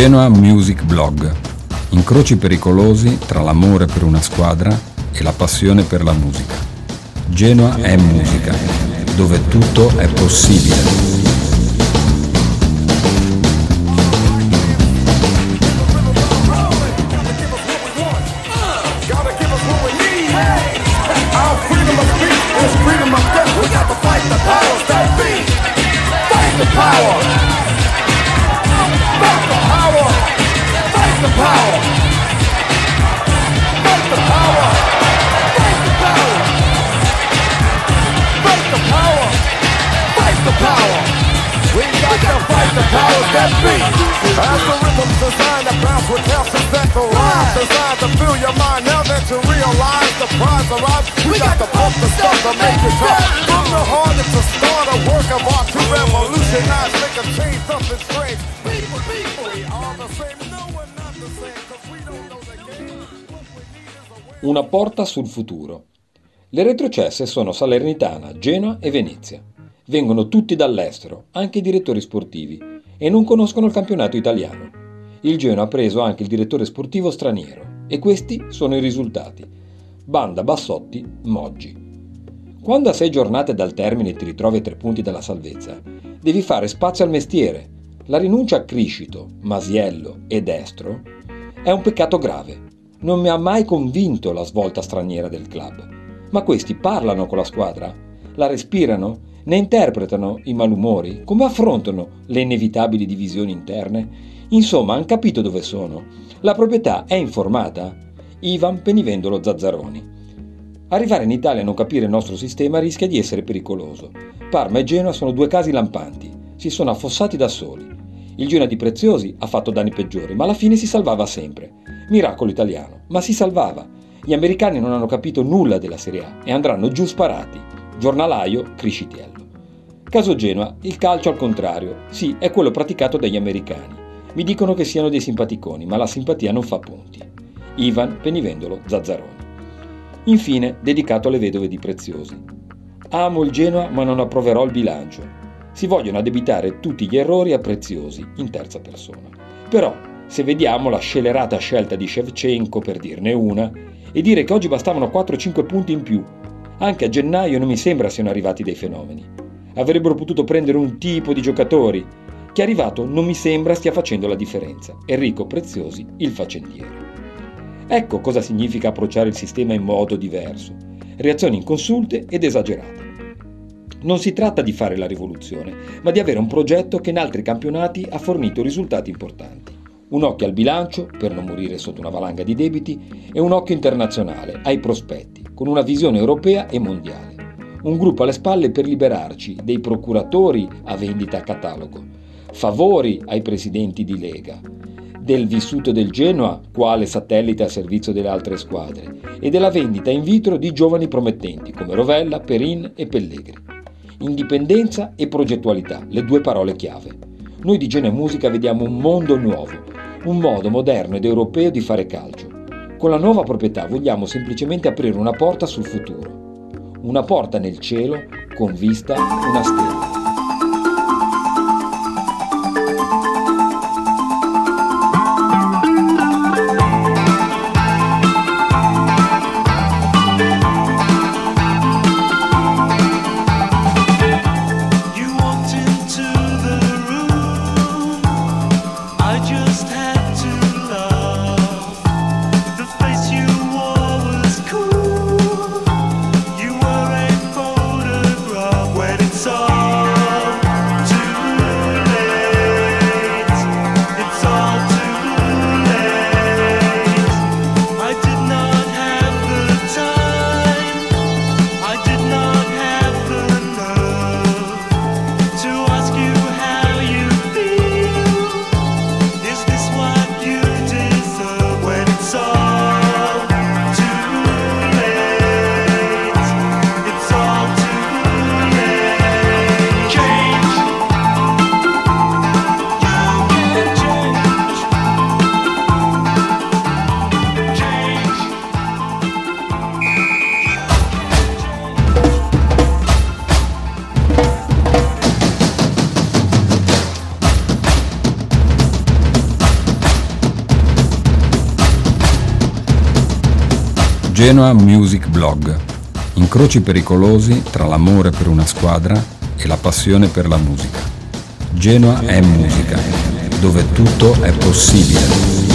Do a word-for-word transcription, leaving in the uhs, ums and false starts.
Genoa Music Blog. Incroci pericolosi tra l'amore per una squadra e la passione per la musica. Genoa è musica, dove tutto è possibile. As the rhythm's designed to bounce with calcium that the rhymes designed to fill your mind. Now that you realize the prize arrives, we got to pump the stuff to make it tough. From the heart it's a start, a work of art to revolutionize, make a change, something strange. People, people, we are the same, no we're not the same, cause we don't know the game. What we need is a way. Una porta sul futuro. Le retrocesse sono Salernitana, Genoa e Venezia. Vengono tutti dall'estero, anche i direttori sportivi, e non conoscono il campionato italiano. Il Genoa ha preso anche il direttore sportivo straniero, e questi sono i risultati. Banda, Bassotti, Moggi. Quando a sei giornate dal termine ti ritrovi a tre punti dalla salvezza, devi fare spazio al mestiere. La rinuncia a Criscito, Masiello e Destro è un peccato grave. Non mi ha mai convinto la svolta straniera del club. Ma questi parlano con la squadra? La respirano? Ne interpretano i malumori? Come affrontano le inevitabili divisioni interne? Insomma, hanno capito dove sono. La proprietà è informata? Ivan Penivendolo Zazzaroni. Arrivare in Italia e non capire il nostro sistema rischia di essere pericoloso. Parma e Genoa sono due casi lampanti. Si sono affossati da soli. Il Genoa di Preziosi ha fatto danni peggiori, ma alla fine si salvava sempre. Miracolo italiano, ma si salvava. Gli americani non hanno capito nulla della Serie A e andranno giù sparati. Giornalaio Criscitiello. Caso Genoa, il calcio al contrario, sì, è quello praticato dagli americani. Mi dicono che siano dei simpaticoni, ma la simpatia non fa punti. Ivan Penivendolo Zazzaroni. Infine, dedicato alle vedove di Preziosi. Amo il Genoa, ma non approverò il bilancio. Si vogliono addebitare tutti gli errori a Preziosi in terza persona. Però, se vediamo la scellerata scelta di Shevchenko, per dirne una, e dire che oggi bastavano quattro cinque punti in più, anche a gennaio non mi sembra siano arrivati dei fenomeni. Avrebbero potuto prendere un tipo di giocatori che arrivato non mi sembra stia facendo la differenza. Enrico Preziosi, il faccendiere. Ecco cosa significa approcciare il sistema in modo diverso. Reazioni inconsulte ed esagerate. Non si tratta di fare la rivoluzione, ma di avere un progetto che in altri campionati ha fornito risultati importanti. Un occhio al bilancio, per non morire sotto una valanga di debiti, e un occhio internazionale, ai prospetti, con una visione europea e mondiale. Un gruppo alle spalle per liberarci dei procuratori a vendita a catalogo, favori ai presidenti di Lega, del vissuto del Genoa quale satellite al servizio delle altre squadre e della vendita in vitro di giovani promettenti come Rovella, Perin e Pellegri. Indipendenza e progettualità, le due parole chiave. Noi di Genoa Musica vediamo un mondo nuovo, un modo moderno ed europeo di fare calcio. Con la nuova proprietà vogliamo semplicemente aprire una porta sul futuro. Una porta nel cielo con vista una stella. When it's all Genoa Music Blog. Incroci pericolosi tra l'amore per una squadra e la passione per la musica. Genoa è musica, dove tutto è possibile.